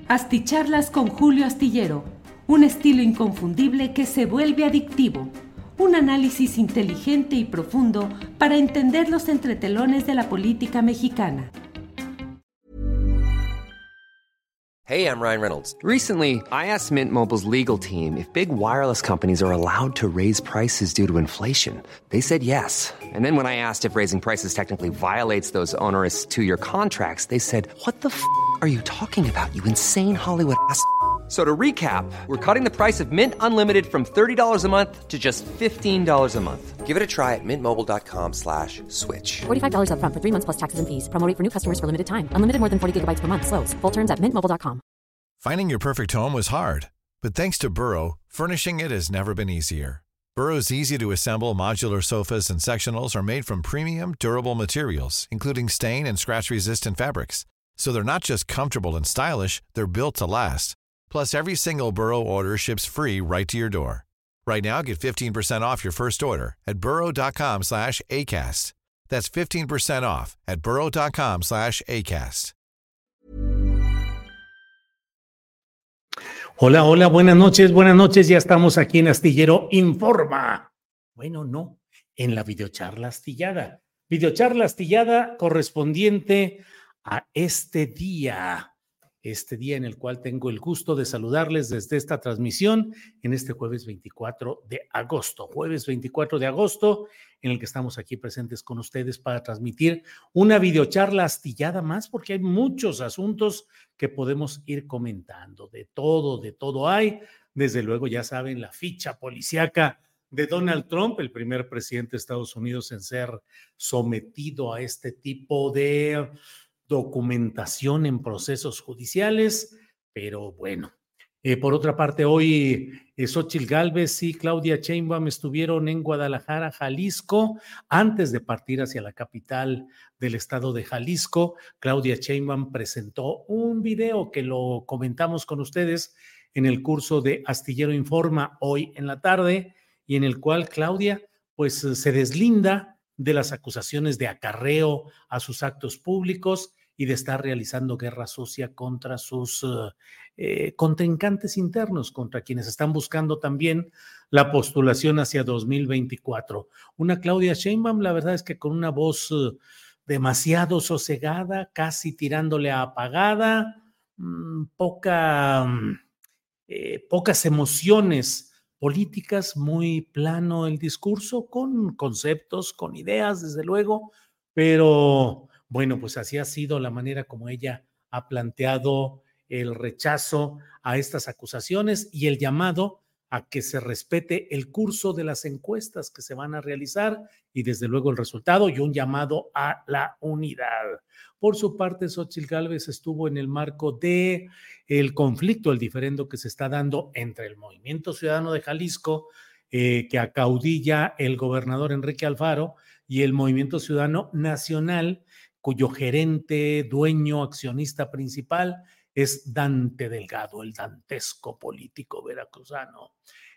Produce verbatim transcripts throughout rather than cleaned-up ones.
Asticharlas con Julio Astillero, un estilo inconfundible que se vuelve adictivo. Un análisis inteligente y profundo para entender los entretelones de la política mexicana. Hey, I'm Ryan Reynolds. Recently, I asked Mint Mobile's legal team if big wireless companies are allowed to raise prices due to inflation. They said yes. And then when I asked if raising prices technically violates those onerous two-year contracts, they said, "What the f*** are you talking about, you insane Hollywood ass?" So to recap, we're cutting the price of Mint Unlimited from thirty dollars a month to just fifteen dollars a month. Give it a try at mintmobile.com slash switch. forty-five dollars up front for three months plus taxes and fees. Promo rate for new customers for limited time. Unlimited more than forty gigabytes per month. Slows full terms at mint mobile dot com. Finding your perfect home was hard, but thanks to Burrow, furnishing it has never been easier. Burrow's easy-to-assemble modular sofas and sectionals are made from premium, durable materials, including stain and scratch-resistant fabrics. So they're not just comfortable and stylish, they're built to last. Plus, every single Burrow order ships free right to your door. Right now, get fifteen percent off your first order at burrow.com slash ACAST. That's fifteen percent off at burrow.com slash ACAST. Hola, hola, buenas noches, buenas noches. Ya estamos aquí en Astillero Informa. Bueno, no, en la videocharla astillada. Videocharla astillada correspondiente a este día. Este día en el cual tengo el gusto de saludarles desde esta transmisión en este jueves veinticuatro de agosto. Jueves veinticuatro de agosto en el que estamos aquí presentes con ustedes para transmitir una videocharla astillada más, porque hay muchos asuntos que podemos ir comentando. De todo, de todo hay. Desde luego, ya saben, la ficha policíaca de Donald Trump, el primer presidente de Estados Unidos en ser sometido a este tipo de documentación en procesos judiciales, pero bueno. Eh, por otra parte, hoy eh, Xóchitl Gálvez y Claudia Sheinbaum estuvieron en Guadalajara, Jalisco, antes de partir hacia la capital del estado de Jalisco. Claudia Sheinbaum presentó un video que lo comentamos con ustedes en el curso de Astillero Informa hoy en la tarde, y en el cual Claudia pues se deslinda de las acusaciones de acarreo a sus actos públicos y de estar realizando guerra sucia contra sus uh, eh, contrincantes internos, contra quienes están buscando también la postulación hacia dos mil veinticuatro. Una Claudia Sheinbaum, la verdad es que con una voz uh, demasiado sosegada, casi tirándole a apagada, mmm, poca, eh, pocas emociones políticas, muy plano el discurso, con conceptos, con ideas, desde luego, pero bueno, pues así ha sido la manera como ella ha planteado el rechazo a estas acusaciones y el llamado a que se respete el curso de las encuestas que se van a realizar y desde luego el resultado, y un llamado a la unidad. Por su parte, Xóchitl Gálvez estuvo en el marco de el conflicto, el diferendo que se está dando entre el Movimiento Ciudadano de Jalisco, eh, que acaudilla el gobernador Enrique Alfaro, y el Movimiento Ciudadano Nacional, cuyo gerente, dueño, accionista principal es Dante Delgado, el dantesco político veracruzano.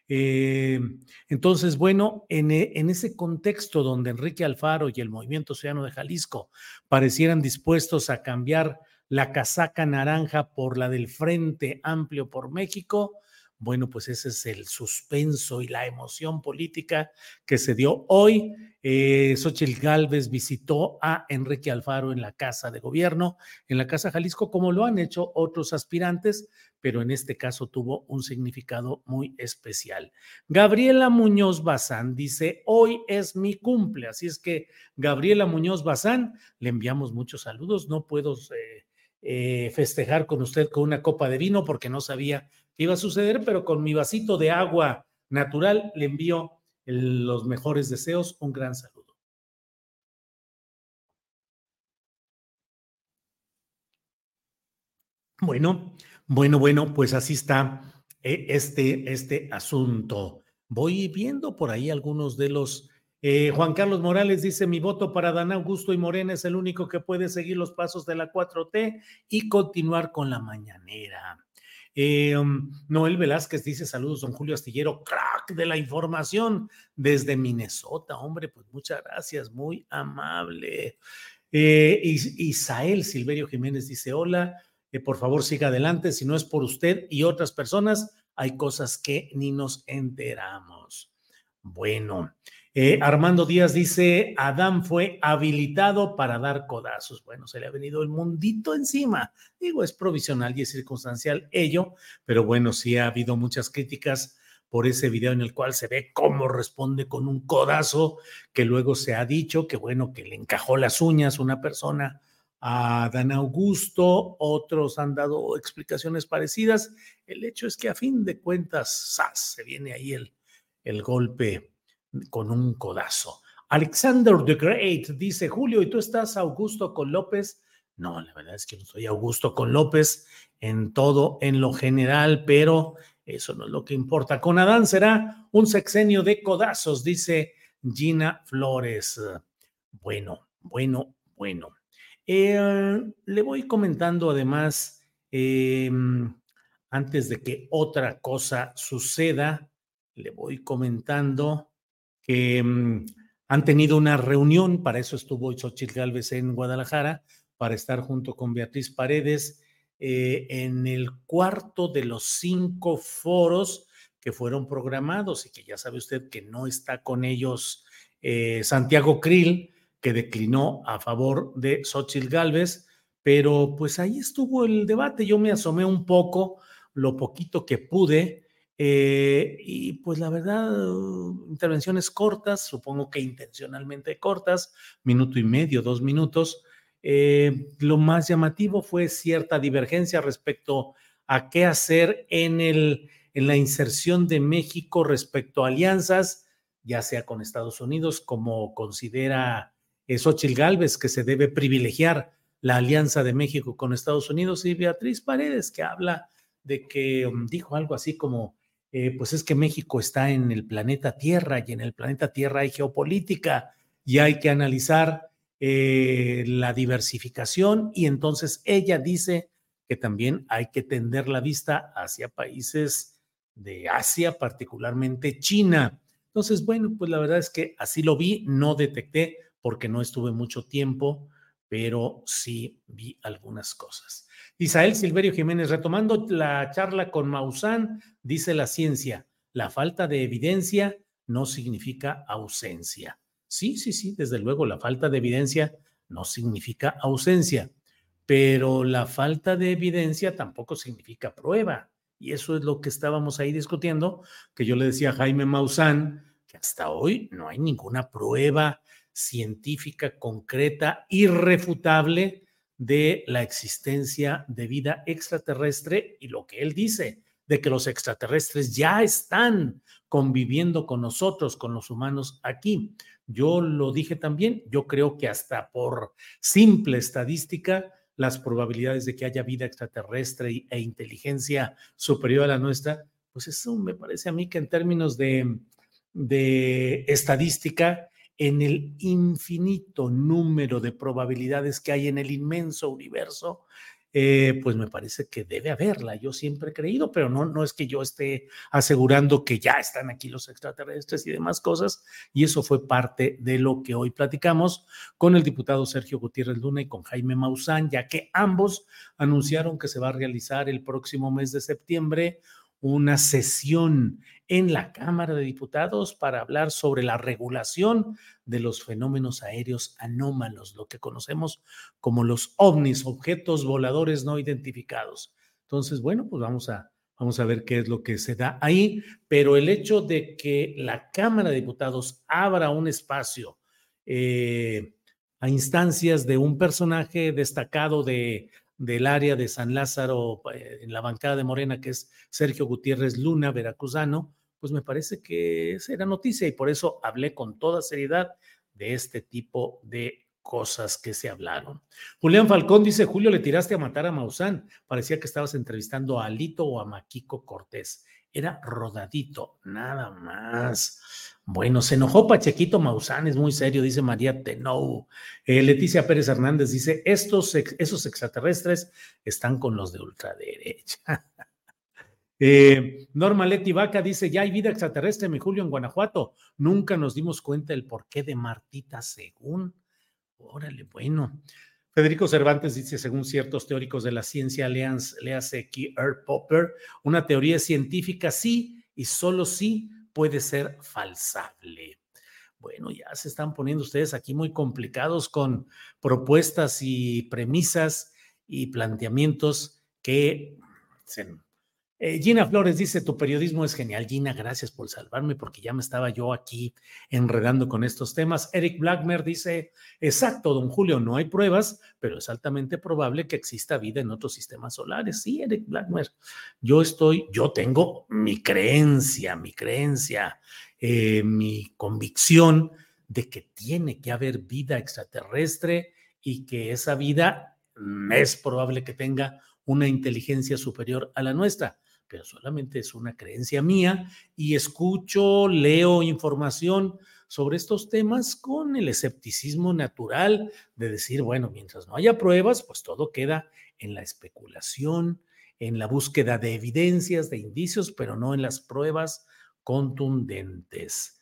Eh, entonces, bueno, en, en ese contexto donde Enrique Alfaro y el Movimiento Ciudadano de Jalisco parecieran dispuestos a cambiar la casaca naranja por la del Frente Amplio por México, bueno, pues ese es el suspenso y la emoción política que se dio hoy. Eh, Xóchitl Gálvez visitó a Enrique Alfaro en la Casa de Gobierno, en la Casa Jalisco, como lo han hecho otros aspirantes, pero en este caso tuvo un significado muy especial. Gabriela Muñoz Bazán dice, hoy es mi cumple, así es que Gabriela Muñoz Bazán, le enviamos muchos saludos. No puedo eh, eh, festejar con usted con una copa de vino porque no sabía qué iba a suceder, pero con mi vasito de agua natural le envío el, los mejores deseos, un gran saludo. Bueno, bueno, bueno, pues así está eh, este, este asunto. Voy viendo por ahí algunos de los... Eh, Juan Carlos Morales dice, mi voto para Dan Augusto y Morena es el único que puede seguir los pasos de la cuatro T y continuar con la mañanera. Eh, um, Noel Velázquez dice, saludos, don Julio Astillero, crack de la información desde Minnesota. Hombre, pues muchas gracias, muy amable. Eh, Is- Isael Silverio Jiménez dice, hola, eh, por favor siga adelante, si no es por usted y otras personas, hay cosas que ni nos enteramos. Bueno, eh, Armando Díaz dice, Adán fue habilitado para dar codazos. Bueno, se le ha venido el mundito encima. Digo, es provisional y es circunstancial ello, pero bueno, sí ha habido muchas críticas por ese video en el cual se ve cómo responde con un codazo, que luego se ha dicho que bueno, que le encajó las uñas una persona a Adán Augusto, otros han dado explicaciones parecidas. El hecho es que a fin de cuentas, ¡zas!, se viene ahí el, el golpe con un codazo. Alexander the Great dice, Julio, ¿y tú estás Augusto con López? No, la verdad es que no soy Augusto con López en todo, en lo general, pero eso no es lo que importa. Con Adán será un sexenio de codazos, dice Gina Flores. Bueno, bueno, bueno. Eh, le voy comentando además, eh, antes de que otra cosa suceda, le voy comentando que um, han tenido una reunión, para eso estuvo Xóchitl Gálvez en Guadalajara, para estar junto con Beatriz Paredes eh, en el cuarto de los cinco foros que fueron programados y que ya sabe usted que no está con ellos eh, Santiago Krill, que declinó a favor de Xóchitl Gálvez, pero pues ahí estuvo el debate. Yo me asomé un poco, lo poquito que pude, eh, y pues la verdad, intervenciones cortas, supongo que intencionalmente cortas, minuto y medio, dos minutos. Eh, lo más llamativo fue cierta divergencia respecto a qué hacer en, el, en la inserción de México respecto a alianzas, ya sea con Estados Unidos, como considera Xóchitl Gálvez, que se debe privilegiar la alianza de México con Estados Unidos, y Beatriz Paredes, que habla de que um, dijo algo así como, eh, pues es que México está en el planeta Tierra y en el planeta Tierra hay geopolítica y hay que analizar eh, la diversificación, y entonces ella dice que también hay que tender la vista hacia países de Asia, particularmente China. Entonces, bueno, pues la verdad es que así lo vi, no detecté porque no estuve mucho tiempo, pero sí vi algunas cosas. Isael Silverio Jiménez, retomando la charla con Maussan, dice la ciencia, la falta de evidencia no significa ausencia. Sí, sí, sí, desde luego, la falta de evidencia no significa ausencia, pero la falta de evidencia tampoco significa prueba. Y eso es lo que estábamos ahí discutiendo, que yo le decía a Jaime Maussan, que hasta hoy no hay ninguna prueba científica, concreta, irrefutable de la existencia de vida extraterrestre, y lo que él dice, de que los extraterrestres ya están conviviendo con nosotros, con los humanos aquí. Yo lo dije también, yo creo que hasta por simple estadística, las probabilidades de que haya vida extraterrestre e inteligencia superior a la nuestra, pues eso me parece a mí que en términos de, de estadística, en el infinito número de probabilidades que hay en el inmenso universo, eh, pues me parece que debe haberla. Yo siempre he creído, pero no, no es que yo esté asegurando que ya están aquí los extraterrestres y demás cosas, y eso fue parte de lo que hoy platicamos con el diputado Sergio Gutiérrez Luna y con Jaime Maussan, ya que ambos anunciaron que se va a realizar el próximo mes de septiembre una sesión en la Cámara de Diputados para hablar sobre la regulación de los fenómenos aéreos anómalos, lo que conocemos como los ovnis, objetos voladores no identificados. Entonces, bueno, pues vamos a, vamos a ver qué es lo que se da ahí, pero el hecho de que la Cámara de Diputados abra un espacio eh, a instancias de un personaje destacado de del área de San Lázaro, eh, en la bancada de Morena, que es Sergio Gutiérrez Luna, veracruzano, pues me parece que será noticia, y por eso hablé con toda seriedad de este tipo de cosas que se hablaron. Julián Falcón dice, Julio, le tiraste a matar a Maussan, parecía que estabas entrevistando a Alito o a Maquico Cortés. Era rodadito, nada más. Bueno, se enojó Pachequito Maussan, es muy serio, dice María Tenou. Eh, Leticia Pérez Hernández dice, estos, esos extraterrestres están con los de ultraderecha. eh, Norma Leti Vaca dice, ya hay vida extraterrestre, mi Julio, en Guanajuato. Nunca nos dimos cuenta del porqué de Martita Según. Órale, bueno. Federico Cervantes dice, según ciertos teóricos de la ciencia, léase aquí Earl Popper, una teoría científica sí y solo sí puede ser falsable. Bueno, ya se están poniendo ustedes aquí muy complicados con propuestas y premisas y planteamientos que... Se, Eh, Gina Flores dice, tu periodismo es genial. Gina, gracias por salvarme porque ya me estaba yo aquí enredando con estos temas. Eric Blackmer dice, exacto, don Julio, no hay pruebas, pero es altamente probable que exista vida en otros sistemas solares. Sí, Eric Blackmer, yo estoy, yo tengo mi creencia, mi creencia, eh, mi convicción de que tiene que haber vida extraterrestre y que esa vida es probable que tenga una inteligencia superior a la nuestra, pero solamente es una creencia mía y escucho, leo información sobre estos temas con el escepticismo natural de decir, bueno, mientras no haya pruebas, pues todo queda en la especulación, en la búsqueda de evidencias, de indicios, pero no en las pruebas contundentes.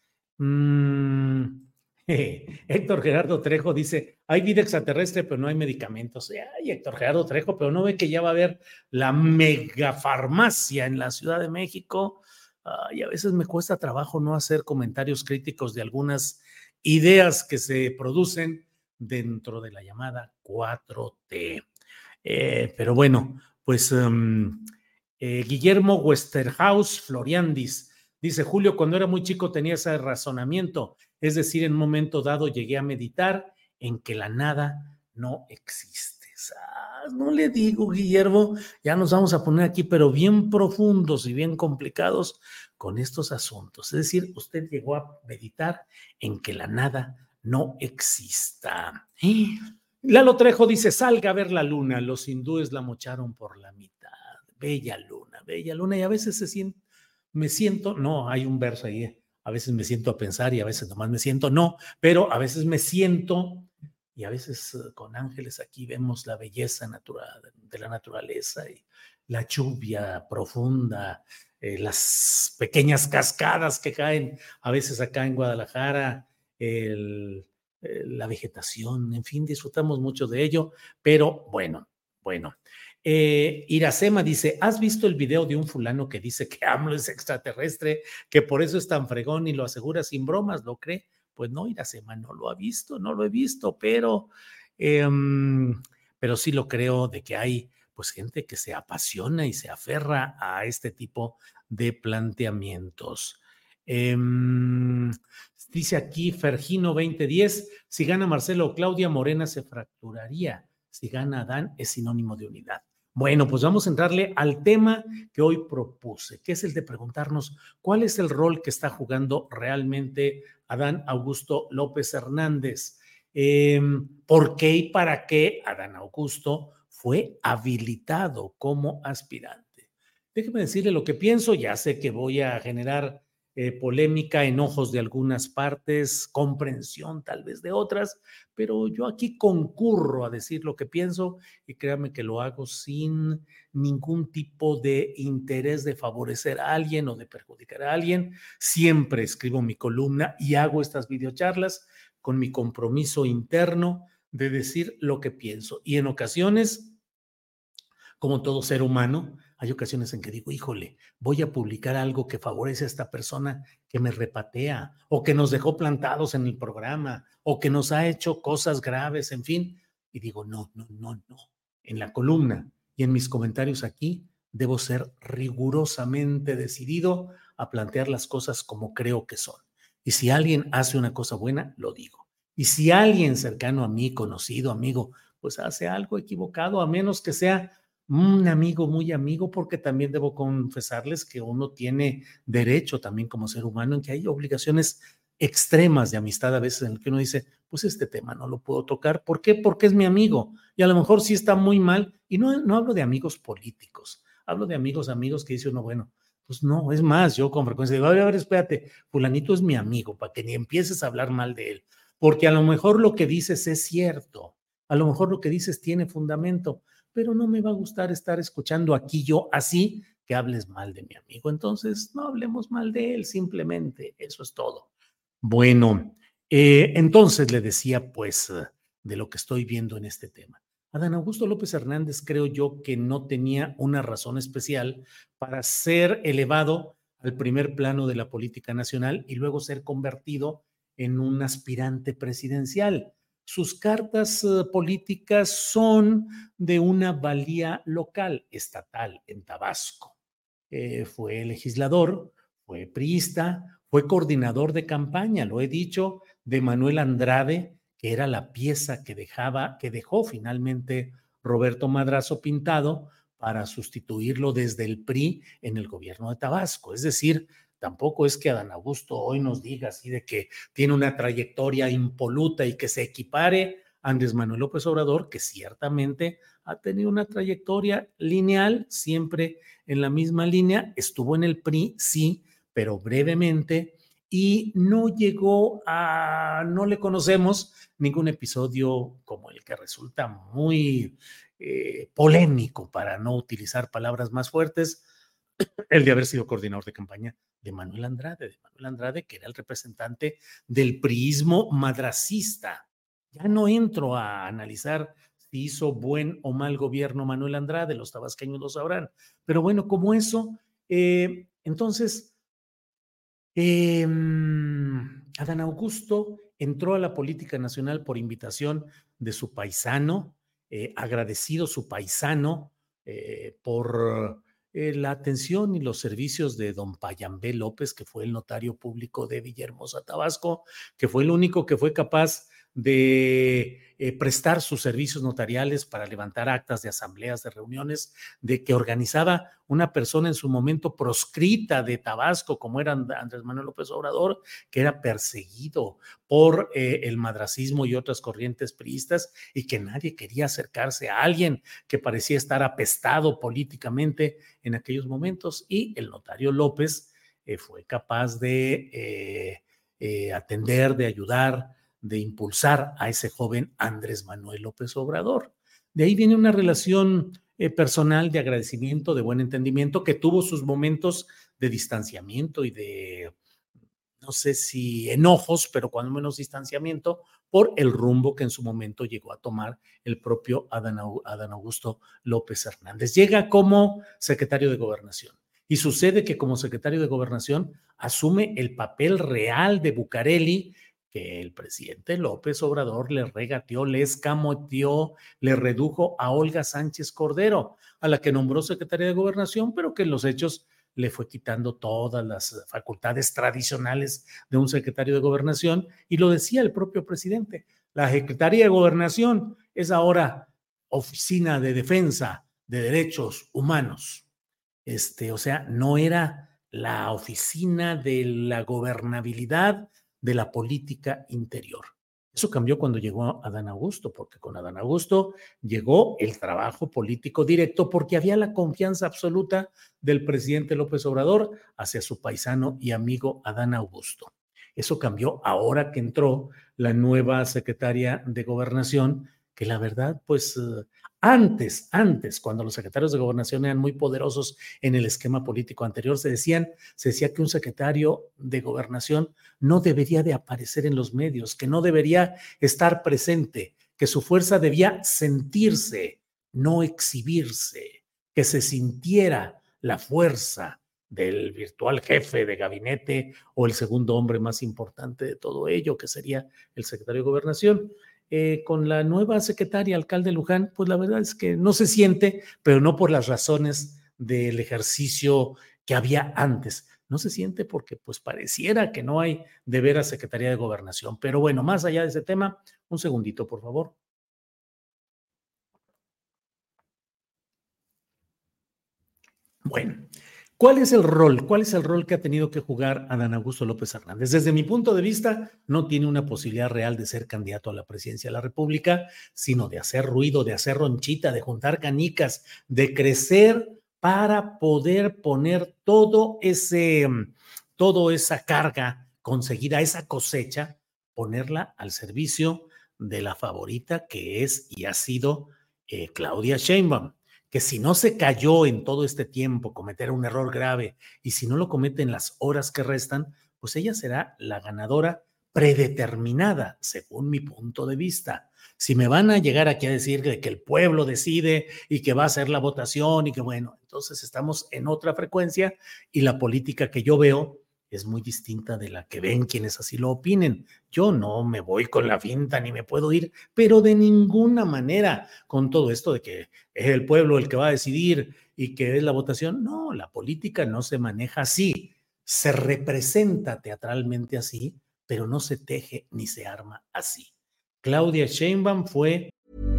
Mm. Héctor Gerardo Trejo dice, hay vida extraterrestre, pero no hay medicamentos. Ay, Héctor Gerardo Trejo, pero no ve que ya va a haber la megafarmacia en la Ciudad de México. Ay, a veces me cuesta trabajo no hacer comentarios críticos de algunas ideas que se producen dentro de la llamada cuatro T. Eh, pero bueno, pues um, eh, Guillermo Westerhaus Floriandis dice, Julio, cuando era muy chico tenía ese razonamiento, es decir, en un momento dado llegué a meditar en que la nada no existe. Ah, no le digo, Guillermo, ya nos vamos a poner aquí, pero bien profundos y bien complicados con estos asuntos. Es decir, usted llegó a meditar en que la nada no exista. Lalo Trejo dice, salga a ver la luna, los hindúes la mocharon por la mitad. Bella luna, bella luna, y a veces se siente, me siento, no, hay un verso ahí, a veces me siento a pensar y a veces nomás me siento, no, pero a veces me siento y a veces uh, con ángeles aquí vemos la belleza natural de la naturaleza y la lluvia profunda, eh, las pequeñas cascadas que caen a veces acá en Guadalajara, el, eh, la vegetación, en fin, disfrutamos mucho de ello, pero bueno, bueno. Eh, Iracema dice, ¿has visto el video de un fulano que dice que AMLO es extraterrestre, que por eso es tan fregón y lo asegura sin bromas? ¿Lo cree? Pues no, Iracema, no lo ha visto, no lo he visto, pero, eh, pero sí lo creo de que hay pues gente que se apasiona y se aferra a este tipo de planteamientos. Eh, dice aquí Fergino veinte diez, si gana Marcelo o Claudia, Morena se fracturaría. Si gana Adán, es sinónimo de unidad. Bueno, pues vamos a entrarle al tema que hoy propuse, que es el de preguntarnos cuál es el rol que está jugando realmente Adán Augusto López Hernández. Eh, ¿Por qué y para qué Adán Augusto fue habilitado como aspirante? Déjeme decirle lo que pienso, ya sé que voy a generar eh, polémica, enojos de algunas partes, comprensión tal vez de otras, pero yo aquí concurro a decir lo que pienso y créanme que lo hago sin ningún tipo de interés de favorecer a alguien o de perjudicar a alguien. Siempre escribo mi columna y hago estas videocharlas con mi compromiso interno de decir lo que pienso. Y en ocasiones, como todo ser humano, hay ocasiones en que digo, híjole, voy a publicar algo que favorece a esta persona que me repatea o que nos dejó plantados en el programa o que nos ha hecho cosas graves, en fin. Y digo, no, no, no, no. En la columna y en mis comentarios aquí debo ser rigurosamente decidido a plantear las cosas como creo que son. Y si alguien hace una cosa buena, lo digo. Y si alguien cercano a mí, conocido, amigo, pues hace algo equivocado, a menos que sea un amigo muy amigo, porque también debo confesarles que uno tiene derecho también como ser humano en que hay obligaciones extremas de amistad a veces en el que uno dice, pues este tema no lo puedo tocar. ¿Por qué? Porque es mi amigo y a lo mejor sí está muy mal. Y no, no hablo de amigos políticos, hablo de amigos, amigos que dice uno, bueno, pues no, es más, yo con frecuencia digo, a ver, a ver, espérate, fulanito es mi amigo, para que ni empieces a hablar mal de él, porque a lo mejor lo que dices es cierto, a lo mejor lo que dices tiene fundamento, pero no me va a gustar estar escuchando aquí yo así que hables mal de mi amigo. Entonces, no hablemos mal de él, simplemente, eso es todo. Bueno, eh, entonces le decía, pues, de lo que estoy viendo en este tema. Adán Augusto López Hernández creo yo que no tenía una razón especial para ser elevado al primer plano de la política nacional y luego ser convertido en un aspirante presidencial. Sus cartas uh, políticas son de una valía local, estatal, en Tabasco. Eh, fue legislador, fue priista, fue coordinador de campaña, lo he dicho, de Manuel Andrade, que era la pieza que dejaba, que dejó finalmente Roberto Madrazo Pintado para sustituirlo desde el P R I en el gobierno de Tabasco. Es decir, tampoco es que Adán Augusto hoy nos diga así de que tiene una trayectoria impoluta y que se equipare a Andrés Manuel López Obrador, que ciertamente ha tenido una trayectoria lineal, siempre en la misma línea, estuvo en el P R I, sí, pero brevemente, y no llegó a, no le conocemos ningún episodio como el que resulta muy eh, polémico, para no utilizar palabras más fuertes, el de haber sido coordinador de campaña de Manuel Andrade, de Manuel Andrade, que era el representante del priismo madracista. Ya no entro a analizar si hizo buen o mal gobierno Manuel Andrade, los tabasqueños lo sabrán, pero bueno, como eso, eh, entonces, eh, Adán Augusto entró a la política nacional por invitación de su paisano, eh, agradecido su paisano eh, por eh, la atención y los servicios de don Payambé López, que fue el notario público de Villahermosa, Tabasco, que fue el único que fue capaz de eh, prestar sus servicios notariales para levantar actas de asambleas, de reuniones, de que organizaba una persona en su momento proscrita de Tabasco, como era Andrés Manuel López Obrador, que era perseguido por eh, el madracismo y otras corrientes priistas, y que nadie quería acercarse a alguien que parecía estar apestado políticamente en aquellos momentos, y el notario López eh, fue capaz de eh, eh, atender, de ayudar, de impulsar a ese joven Andrés Manuel López Obrador. De ahí viene una relación eh, personal de agradecimiento, de buen entendimiento, que tuvo sus momentos de distanciamiento y de, no sé si enojos, pero cuando menos distanciamiento, por el rumbo que en su momento llegó a tomar el propio Adán, Adán Augusto López Hernández. Llega como secretario de Gobernación. Y sucede que como secretario de Gobernación asume el papel real de Bucareli, que el presidente López Obrador le regateó, le escamoteó, le redujo a Olga Sánchez Cordero, a la que nombró secretaria de Gobernación, pero que en los hechos le fue quitando todas las facultades tradicionales de un secretario de Gobernación, y lo decía el propio presidente. La Secretaría de Gobernación es ahora Oficina de Defensa de Derechos Humanos. Este, o sea, no era la oficina de la gobernabilidad de la política interior. Eso cambió cuando llegó Adán Augusto, porque con Adán Augusto llegó el trabajo político directo, porque había la confianza absoluta del presidente López Obrador hacia su paisano y amigo Adán Augusto. Eso cambió ahora que entró la nueva secretaria de Gobernación, que la verdad, pues antes, antes, cuando los secretarios de Gobernación eran muy poderosos en el esquema político anterior, se decían, se decía que un secretario de Gobernación no debería de aparecer en los medios, que no debería estar presente, que su fuerza debía sentirse, no exhibirse, que se sintiera la fuerza del virtual jefe de gabinete o el segundo hombre más importante de todo ello, que sería el secretario de Gobernación. Eh, con la nueva secretaria, alcalde Luján, pues la verdad es que no se siente, pero no por las razones del ejercicio que había antes. No se siente porque pues pareciera que no hay de veras Secretaría de Gobernación. Pero bueno, más allá de ese tema, un segundito, por favor. Bueno, ¿cuál es el rol? ¿Cuál es el rol que ha tenido que jugar Adán Augusto López Hernández? Desde mi punto de vista, no tiene una posibilidad real de ser candidato a la presidencia de la República, sino de hacer ruido, de hacer ronchita, de juntar canicas, de crecer para poder poner todo ese, toda esa carga conseguida, esa cosecha, ponerla al servicio de la favorita que es y ha sido eh, Claudia Sheinbaum, que si no se cayó en todo este tiempo, cometer un error grave, y si no lo comete en las horas que restan, pues ella será la ganadora predeterminada, según mi punto de vista. Si me van a llegar aquí a decir que, que el pueblo decide y que va a hacer la votación y que bueno, entonces estamos en otra frecuencia y la política que yo veo es muy distinta de la que ven quienes así lo opinen. Yo no me voy con la finta ni me puedo ir, pero de ninguna manera con todo esto de que es el pueblo el que va a decidir y que es la votación. No, la política no se maneja así. Se representa teatralmente así, pero no se teje ni se arma así. Claudia Sheinbaum fue...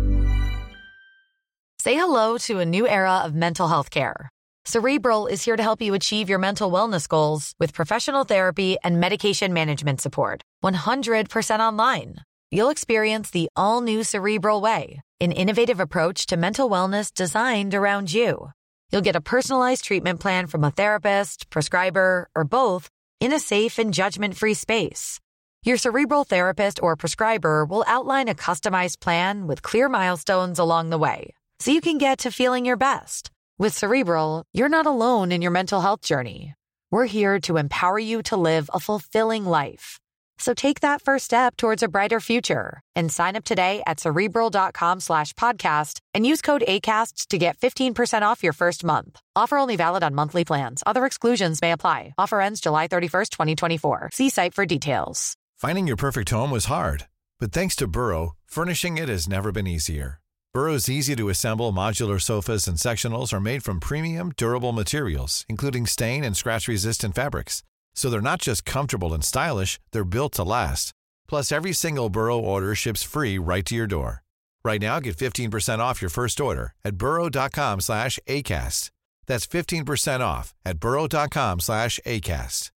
Say hello to a new era of mental health care. Cerebral is here to help you achieve your mental wellness goals with professional therapy and medication management support. one hundred percent online. You'll experience the all-new Cerebral Way, an innovative approach to mental wellness designed around you. You'll get a personalized treatment plan from a therapist, prescriber, or both in a safe and judgment-free space. Your Cerebral therapist or prescriber will outline a customized plan with clear milestones along the way, so you can get to feeling your best. With Cerebral, you're not alone in your mental health journey. We're here to empower you to live a fulfilling life. So take that first step towards a brighter future and sign up today at Cerebral.com slash podcast and use code ACAST to get fifteen percent off your first month. Offer only valid on monthly plans. Other exclusions may apply. Offer ends July thirty-first, twenty twenty-four. See site for details. Finding your perfect home was hard, but thanks to Burrow, furnishing it has never been easier. Burrow's easy-to-assemble modular sofas and sectionals are made from premium, durable materials, including stain and scratch-resistant fabrics. So they're not just comfortable and stylish, they're built to last. Plus, every single Burrow order ships free right to your door. Right now, get fifteen percent off your first order at burrow.com slash ACAST. That's fifteen percent off at burrow.com slash ACAST.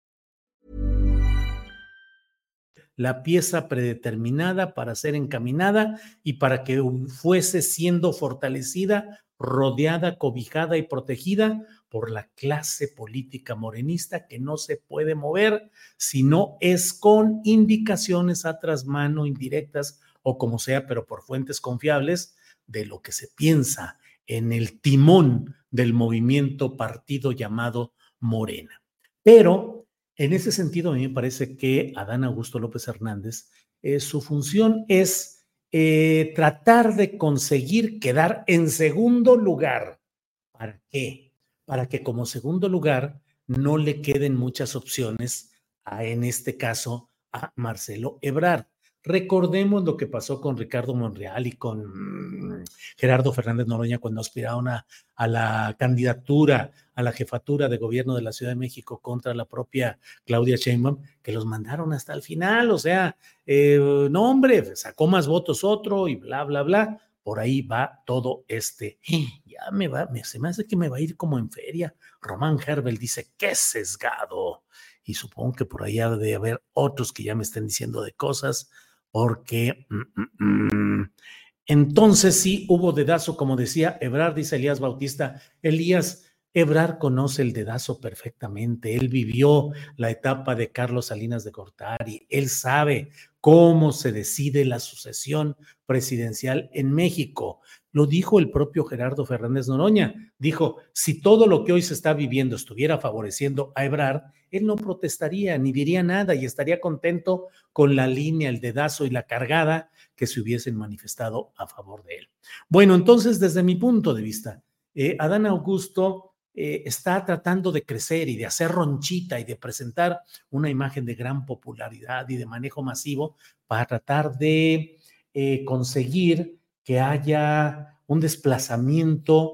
La pieza predeterminada para ser encaminada y para que fuese siendo fortalecida, rodeada, cobijada y protegida por la clase política morenista que no se puede mover si no es con indicaciones a trasmano, indirectas o como sea, pero por fuentes confiables de lo que se piensa en el timón del movimiento partido llamado Morena. Pero en ese sentido, a mí me parece que Adán Augusto López Hernández, eh, su función es eh, tratar de conseguir quedar en segundo lugar. ¿Para qué? Para que como segundo lugar no le queden muchas opciones, a, en este caso, a Marcelo Ebrard. Recordemos lo que pasó con Ricardo Monreal y con mmm, Gerardo Fernández Noroña cuando aspiraron a, a la candidatura a la jefatura de gobierno de la Ciudad de México contra la propia Claudia Sheinbaum, que los mandaron hasta el final. O sea, eh, no hombre, sacó más votos otro y bla, bla, bla. Por ahí va todo este. Ya me va, me, se me hace que me va a ir como en feria. Román Herbel dice, qué sesgado. Y supongo que por ahí ha de haber otros que ya me estén diciendo de cosas. Porque mm, mm, mm. entonces sí hubo dedazo, como decía Ebrard, dice Elías Bautista. Elías, Ebrard conoce el dedazo perfectamente. Él vivió la etapa de Carlos Salinas de Gortari. Él sabe cómo se decide la sucesión presidencial en México. Lo dijo el propio Gerardo Fernández Noroña. Dijo, si todo lo que hoy se está viviendo estuviera favoreciendo a Ebrard, él no protestaría ni diría nada y estaría contento con la línea, el dedazo y la cargada que se hubiesen manifestado a favor de él. Bueno, entonces, desde mi punto de vista, eh, Adán Augusto eh, está tratando de crecer y de hacer ronchita y de presentar una imagen de gran popularidad y de manejo masivo para tratar de eh, conseguir que haya un desplazamiento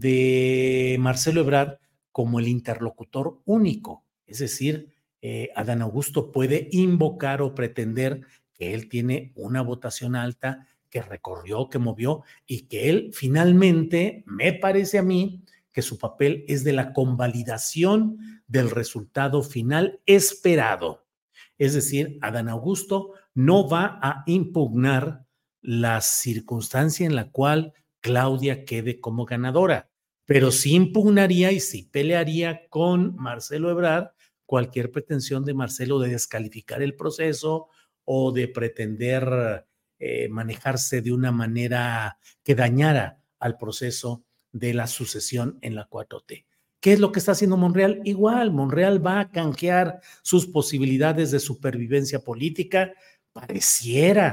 de Marcelo Ebrard como el interlocutor único. Es decir, eh, Adán Augusto puede invocar o pretender que él tiene una votación alta, que recorrió, que movió y que él finalmente, me parece a mí, que su papel es de la convalidación del resultado final esperado. Es decir, Adán Augusto no va a impugnar la circunstancia en la cual Claudia quede como ganadora, pero sí impugnaría y sí pelearía con Marcelo Ebrard cualquier pretensión de Marcelo de descalificar el proceso o de pretender eh, manejarse de una manera que dañara al proceso de la sucesión en la cuatro T. ¿Qué es lo que está haciendo Monreal? Igual, Monreal va a canjear sus posibilidades de supervivencia política. Pareciera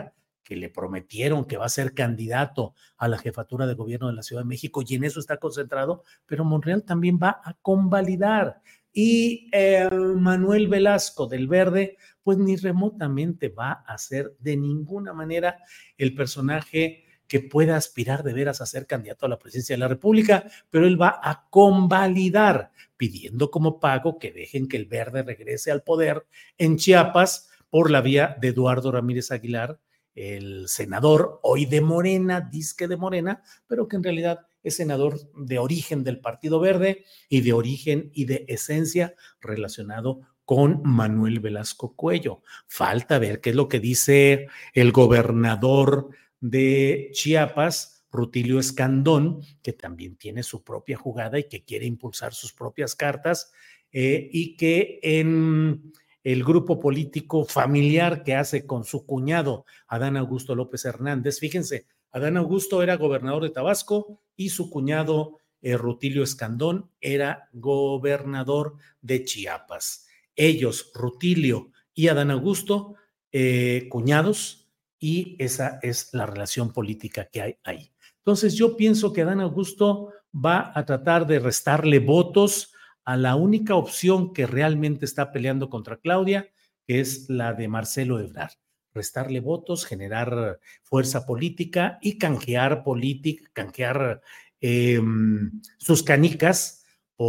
que le prometieron que va a ser candidato a la jefatura de gobierno de la Ciudad de México, y en eso está concentrado, pero Monreal también va a convalidar. Y eh, Manuel Velasco del Verde, pues ni remotamente va a ser de ninguna manera el personaje que pueda aspirar de veras a ser candidato a la presidencia de la República, pero él va a convalidar, pidiendo como pago que dejen que el Verde regrese al poder en Chiapas por la vía de Eduardo Ramírez Aguilar, el senador hoy de Morena, disque de Morena, pero que en realidad es senador de origen del Partido Verde y de origen y de esencia relacionado con Manuel Velasco Cuello. Falta ver qué es lo que dice el gobernador de Chiapas, Rutilio Escandón, que también tiene su propia jugada y que quiere impulsar sus propias cartas, eh, y que en el grupo político familiar que hace con su cuñado Adán Augusto López Hernández, fíjense, Adán Augusto era gobernador de Tabasco y su cuñado eh, Rutilio Escandón era gobernador de Chiapas. Ellos, Rutilio y Adán Augusto, eh, cuñados, y esa es la relación política que hay ahí. Entonces yo pienso que Adán Augusto va a tratar de restarle votos a la única opción que realmente está peleando contra Claudia, que es la de Marcelo Ebrard. Restarle votos, generar fuerza política y canjear política, canjear eh, sus canicas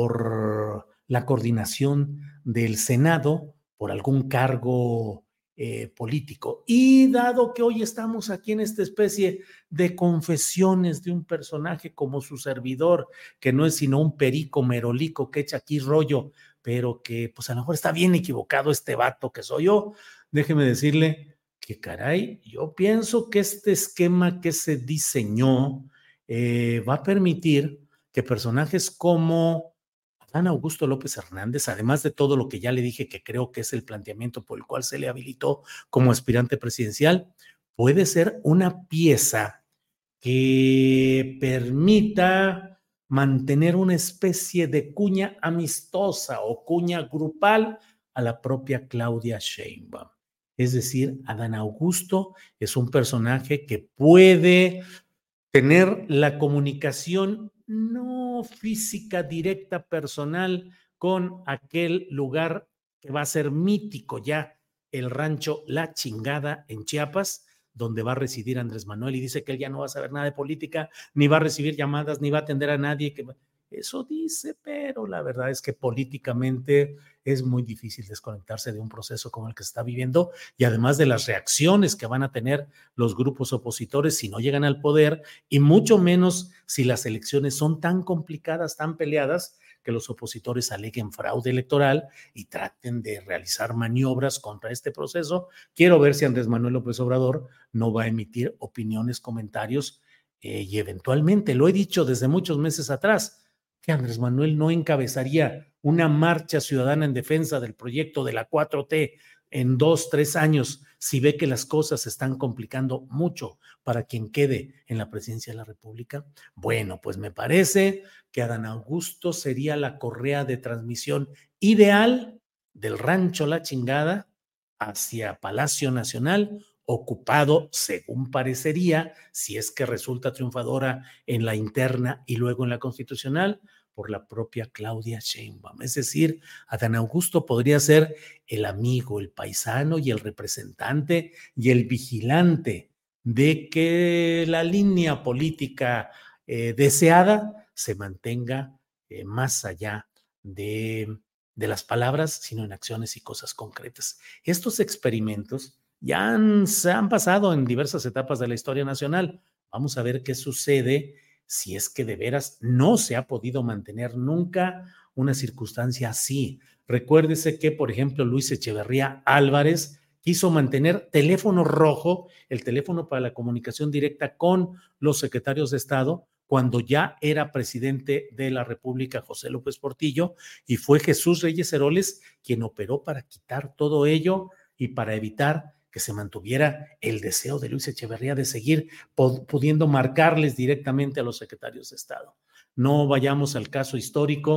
por la coordinación del Senado, por algún cargo Eh, político. Y dado que hoy estamos aquí en esta especie de confesiones de un personaje como su servidor, que no es sino un perico merolico que echa aquí rollo, pero que pues a lo mejor está bien equivocado este vato que soy yo, déjeme decirle que caray, yo pienso que este esquema que se diseñó eh, va a permitir que personajes como Adán Augusto López Hernández, además de todo lo que ya le dije que creo que es el planteamiento por el cual se le habilitó como aspirante presidencial, puede ser una pieza que permita mantener una especie de cuña amistosa o cuña grupal a la propia Claudia Sheinbaum. Es decir, Adán Augusto es un personaje que puede tener la comunicación no física, directa, personal, con aquel lugar que va a ser mítico ya, el rancho La Chingada en Chiapas, donde va a residir Andrés Manuel, y dice que él ya no va a saber nada de política, ni va a recibir llamadas, ni va a atender a nadie. Que... Eso dice, pero la verdad es que políticamente es muy difícil desconectarse de un proceso como el que se está viviendo, y además de las reacciones que van a tener los grupos opositores si no llegan al poder, y mucho menos si las elecciones son tan complicadas, tan peleadas, que los opositores aleguen fraude electoral y traten de realizar maniobras contra este proceso. Quiero ver si Andrés Manuel López Obrador no va a emitir opiniones, comentarios, eh, y eventualmente, lo he dicho desde muchos meses atrás, que Andrés Manuel no encabezaría una marcha ciudadana en defensa del proyecto de la cuatro T en dos, tres años, si ve que las cosas se están complicando mucho para quien quede en la presidencia de la República. Bueno, pues me parece que Adán Augusto sería la correa de transmisión ideal del rancho La Chingada hacia Palacio Nacional, ocupado, según parecería, si es que resulta triunfadora en la interna y luego en la constitucional, por la propia Claudia Sheinbaum. Es decir, Adán Augusto podría ser el amigo, el paisano y el representante y el vigilante de que la línea política eh, deseada se mantenga eh, más allá de, de las palabras, sino en acciones y cosas concretas. Estos experimentos ya han, se han pasado en diversas etapas de la historia nacional. Vamos a ver qué sucede si es que de veras no se ha podido mantener nunca una circunstancia así. Recuérdese que, por ejemplo, Luis Echeverría Álvarez quiso mantener teléfono rojo, el teléfono para la comunicación directa con los secretarios de Estado, cuando ya era presidente de la República José López Portillo, y fue Jesús Reyes Heroles quien operó para quitar todo ello y para evitar que se mantuviera el deseo de Luis Echeverría de seguir pudiendo marcarles directamente a los secretarios de Estado. No vayamos al caso histórico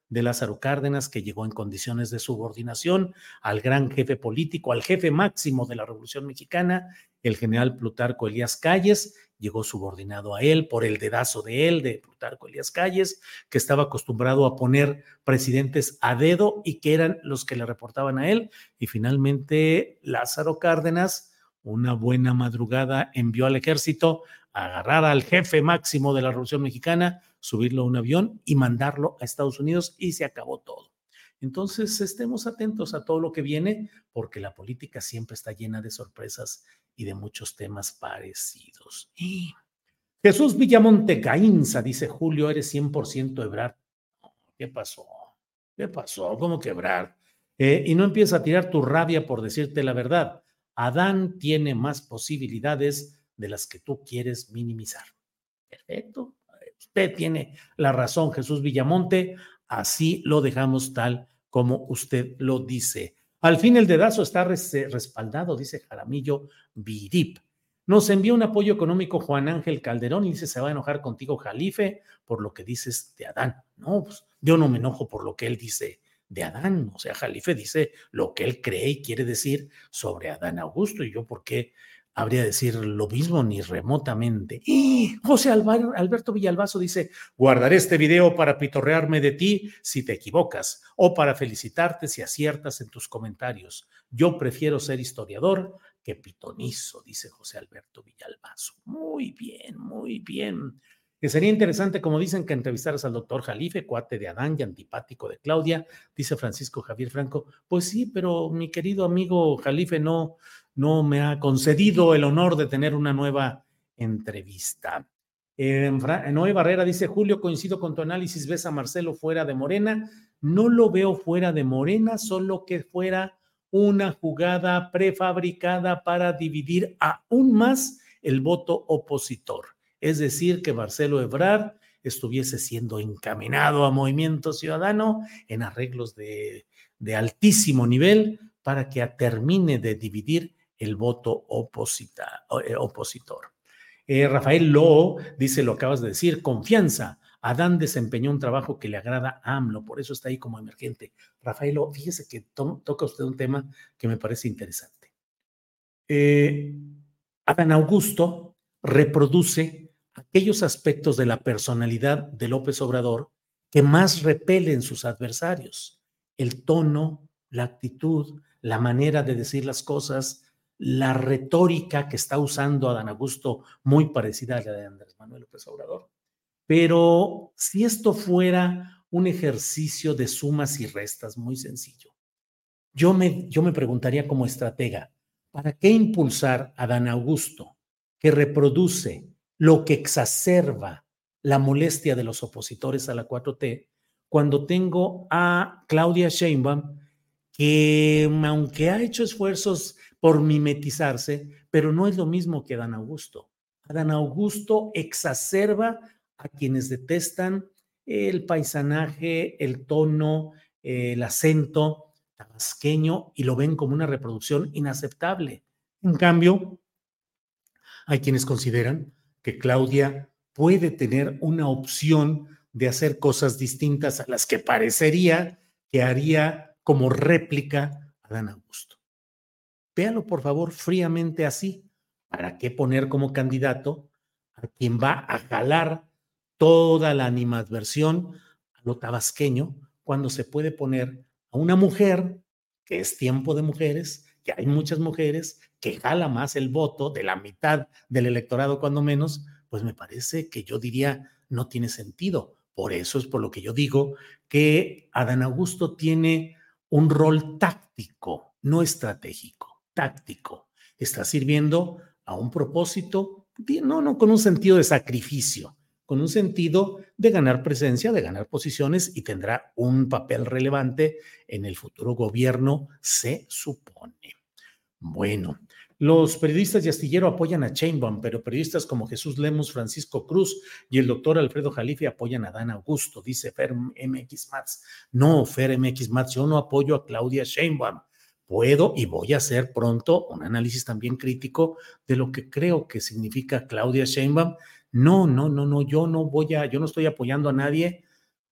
de Lázaro Cárdenas, que llegó en condiciones de subordinación al gran jefe político, al jefe máximo de la Revolución Mexicana, el general Plutarco Elías Calles, llegó subordinado a él por el dedazo de él, de Plutarco Elías Calles, que estaba acostumbrado a poner presidentes a dedo y que eran los que le reportaban a él. Y finalmente Lázaro Cárdenas, una buena madrugada, envió al ejército a agarrar al jefe máximo de la Revolución Mexicana, subirlo a un avión y mandarlo a Estados Unidos, y se acabó todo. Entonces, estemos atentos a todo lo que viene, porque la política siempre está llena de sorpresas y de muchos temas parecidos. Y Jesús Villamonte Gainza dice: Julio, eres cien por ciento Ebrard. ¿Qué pasó? ¿Qué pasó? ¿Cómo que Ebrard? Eh, y no empieza a tirar tu rabia por decirte la verdad. Adán tiene más posibilidades de las que tú quieres minimizar. Perfecto. Usted tiene la razón, Jesús Villamonte. Así lo dejamos tal como usted lo dice. Al fin el dedazo está res respaldado, dice Jaramillo Virip. Nos envía un apoyo económico Juan Ángel Calderón y dice: se va a enojar contigo, Jalife, por lo que dices de Adán. No, pues yo no me enojo por lo que él dice de Adán. O sea, Jalife dice lo que él cree y quiere decir sobre Adán Augusto, y yo por qué habría de decir lo mismo ni remotamente. Y José Alvar, Alberto Villalbazo dice: guardaré este video para pitorrearme de ti si te equivocas o para felicitarte si aciertas en tus comentarios. Yo prefiero ser historiador que pitonizo, dice José Alberto Villalbazo. Muy bien, muy bien. Que sería interesante, como dicen, que entrevistaras al doctor Jalife, cuate de Adán y antipático de Claudia, dice Francisco Javier Franco. Pues sí, pero mi querido amigo Jalife no, no me ha concedido el honor de tener una nueva entrevista. Eh, Noé Barrera dice: Julio, coincido con tu análisis, ¿ves a Marcelo fuera de Morena? No lo veo fuera de Morena, solo que fuera una jugada prefabricada para dividir aún más el voto opositor. Es decir, que Marcelo Ebrard estuviese siendo encaminado a Movimiento Ciudadano en arreglos de, de altísimo nivel para que termine de dividir el voto oposita, eh, opositor. Eh, Rafael Loho dice: lo acabas de decir, confianza. Adán desempeñó un trabajo que le agrada a AMLO, por eso está ahí como emergente. Rafael Loho, fíjese que to toca usted un tema que me parece interesante. Eh, Adán Augusto reproduce aquellos aspectos de la personalidad de López Obrador que más repelen sus adversarios: el tono, la actitud, la manera de decir las cosas, la retórica que está usando Adán Augusto, muy parecida a la de Andrés Manuel López Obrador. Pero si esto fuera un ejercicio de sumas y restas muy sencillo, yo me, yo me preguntaría como estratega: ¿para qué impulsar a Adán Augusto, que reproduce lo que exacerba la molestia de los opositores a la cuatro T, cuando tengo a Claudia Sheinbaum, que aunque ha hecho esfuerzos por mimetizarse, pero no es lo mismo que Adán Augusto? Adán Augusto exacerba a quienes detestan el paisanaje, el tono, el acento tabasqueño, y lo ven como una reproducción inaceptable. En cambio, hay quienes consideran que Claudia puede tener una opción de hacer cosas distintas a las que parecería que haría como réplica Adán Augusto. Véalo, por favor, fríamente así. ¿Para qué poner como candidato a quien va a jalar toda la animadversión a lo tabasqueño, cuando se puede poner a una mujer, que es tiempo de mujeres, que hay muchas mujeres, que jala más el voto de la mitad del electorado cuando menos? Pues me parece que yo diría no tiene sentido. Por eso es por lo que yo digo que Adán Augusto tiene un rol táctico, no estratégico, táctico. Está sirviendo a un propósito, no, no con un sentido de sacrificio, con un sentido de ganar presencia, de ganar posiciones, y tendrá un papel relevante en el futuro gobierno, se supone. Bueno, los periodistas de Astillero apoyan a Sheinbaum, pero periodistas como Jesús Lemus, Francisco Cruz y el doctor Alfredo Jalife apoyan a Adán Augusto, dice Fer M X Mats. No, Fer M X Mats, yo no apoyo a Claudia Sheinbaum. Puedo y voy a hacer pronto un análisis también crítico de lo que creo que significa Claudia Sheinbaum. No, no, no, no, yo no voy a, yo no estoy apoyando a nadie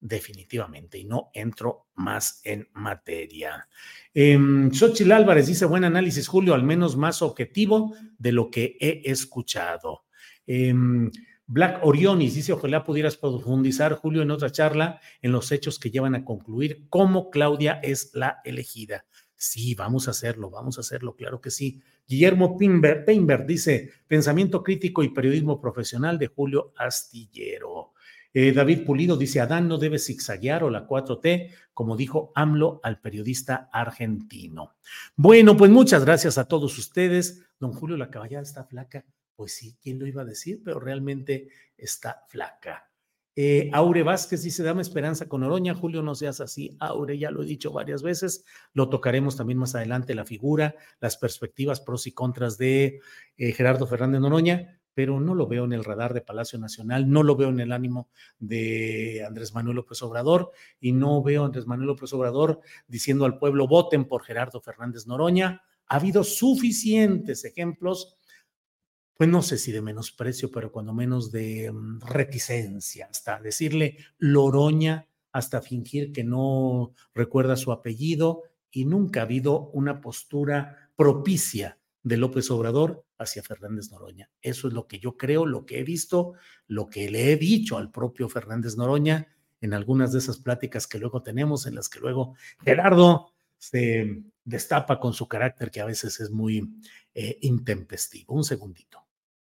definitivamente, y no entro más en materia. Eh, Xochitl Álvarez dice, buen análisis, Julio, al menos más objetivo de lo que he escuchado. Eh, Black Orionis dice, ojalá pudieras profundizar, Julio, en otra charla en los hechos que llevan a concluir cómo Claudia es la elegida. Sí, vamos a hacerlo, vamos a hacerlo, claro que sí. Guillermo Peinberg, Peinberg dice, pensamiento crítico y periodismo profesional de Julio Astillero. Eh, David Pulido dice, Adán no debe zigzaguear o la cuatro T, como dijo AMLO al periodista argentino. Bueno, pues muchas gracias a todos ustedes. Don Julio, la caballada está flaca. Pues sí, ¿quién lo iba a decir? Pero realmente está flaca. Eh, Aure Vázquez dice, dame esperanza con Noroña. Julio, no seas así. Aure, ya lo he dicho varias veces. Lo tocaremos también más adelante, la figura, las perspectivas, pros y contras de eh, Gerardo Fernández Noroña, pero no lo veo en el radar de Palacio Nacional, no lo veo en el ánimo de Andrés Manuel López Obrador, y no veo a Andrés Manuel López Obrador diciendo al pueblo, voten por Gerardo Fernández Noroña. Ha habido suficientes ejemplos, pues no sé si de menosprecio, pero cuando menos de um, reticencia, hasta decirle Loroña, hasta fingir que no recuerda su apellido, y nunca ha habido una postura propicia de López Obrador hacia Fernández Noroña. Eso es lo que yo creo, lo que he visto, lo que le he dicho al propio Fernández Noroña en algunas de esas pláticas que luego tenemos, en las que luego Gerardo se destapa con su carácter, que a veces es muy eh, intempestivo. Un segundito.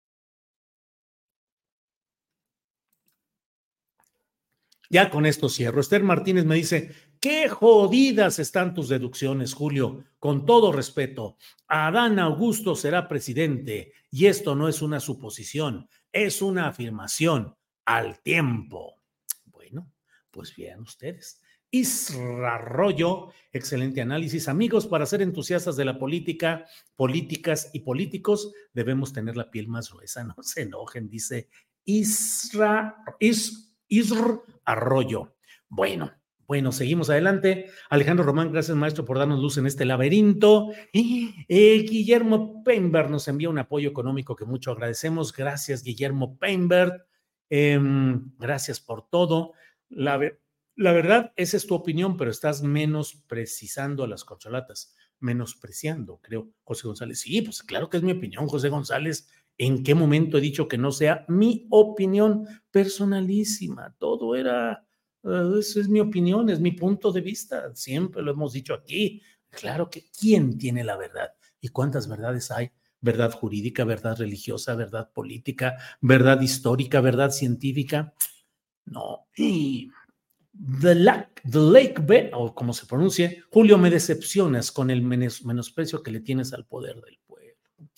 Ya con esto cierro. Esther Martínez me dice, qué jodidas están tus deducciones, Julio. Con todo respeto, Adán Augusto será presidente y esto no es una suposición, es una afirmación al tiempo. Bueno, pues vean ustedes. Isra Arroyo, excelente análisis. Amigos, para ser entusiastas de la política, políticas y políticos, debemos tener la piel más gruesa. No se enojen, dice Isra, Is, Isr Arroyo. Bueno, bueno, seguimos adelante. Alejandro Román, gracias maestro por darnos luz en este laberinto. Y eh, Guillermo Peinberg nos envía un apoyo económico que mucho agradecemos. Gracias, Guillermo Peinberg. Eh, gracias por todo. La, la verdad, esa es tu opinión, pero estás menosprecisando a las corcholatas. Menospreciando, creo, José González. Sí, pues claro que es mi opinión, José González. ¿En qué momento he dicho que no sea mi opinión personalísima? Todo era, uh, esa es mi opinión, es mi punto de vista. Siempre lo hemos dicho aquí. Claro que ¿quién tiene la verdad? ¿Y cuántas verdades hay? Verdad jurídica, verdad religiosa, verdad política, verdad histórica, verdad científica. No. Y The Lake, the Lake Be, o como se pronuncie, Julio, me decepcionas con el menos, menosprecio que le tienes al poder del pueblo.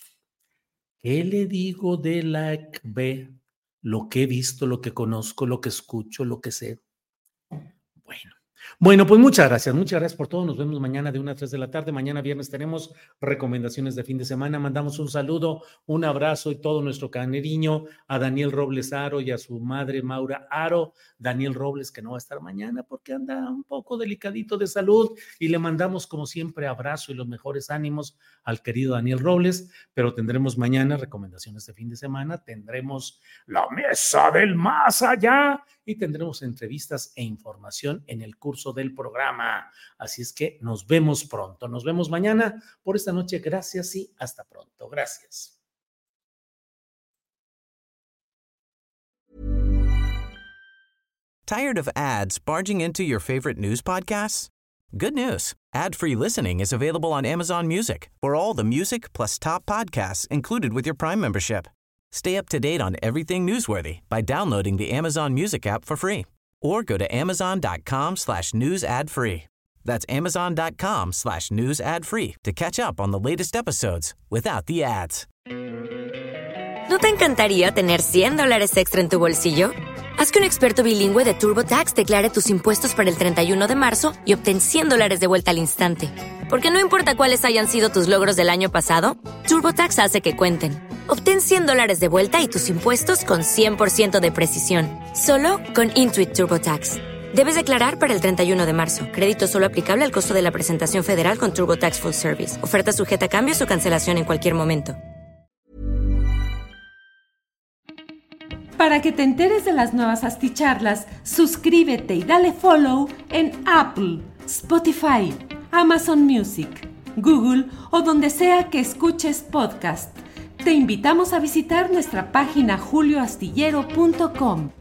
¿Qué le digo de la E C B? Lo que he visto, lo que conozco, lo que escucho, lo que sé. Bueno, bueno, pues muchas gracias, muchas gracias por todo. Nos vemos mañana de una a tres de la tarde. Mañana viernes tenemos recomendaciones de fin de semana. Mandamos un saludo, un abrazo y todo nuestro cariño a Daniel Robles Aro y a su madre Maura Aro. Daniel Robles, que no va a estar mañana porque anda un poco delicadito de salud, y le mandamos como siempre abrazo y los mejores ánimos al querido Daniel Robles, pero tendremos mañana recomendaciones de fin de semana, tendremos la mesa del más allá y tendremos entrevistas e información en el curso del programa. Así es que nos vemos pronto, nos vemos mañana. Por esta noche, gracias y hasta pronto. Gracias. Tired of ads barging into your favorite news podcasts? Good news. Ad-free listening is available on Amazon Music for all the music plus top podcasts included with your Prime membership. Stay up to date on everything newsworthy by downloading the Amazon Music app for free or go to amazon.com slash news ad free. That's amazon.com slash news ad free to catch up on the latest episodes without the ads. ¿No te encantaría tener cien dólares extra en tu bolsillo? Haz que un experto bilingüe de TurboTax declare tus impuestos para el treinta y uno de marzo y obtén cien dólares de vuelta al instante. Porque no importa cuáles hayan sido tus logros del año pasado, TurboTax hace que cuenten. Obtén cien dólares de vuelta y tus impuestos con cien por ciento de precisión. Solo con Intuit TurboTax. Debes declarar para el treinta y uno de marzo. Crédito solo aplicable al costo de la presentación federal con TurboTax Full Service. Oferta sujeta a cambios o cancelación en cualquier momento. Para que te enteres de las nuevas asticharlas, suscríbete y dale follow en Apple, Spotify, Amazon Music, Google o donde sea que escuches podcast. Te invitamos a visitar nuestra página julio astillero punto com.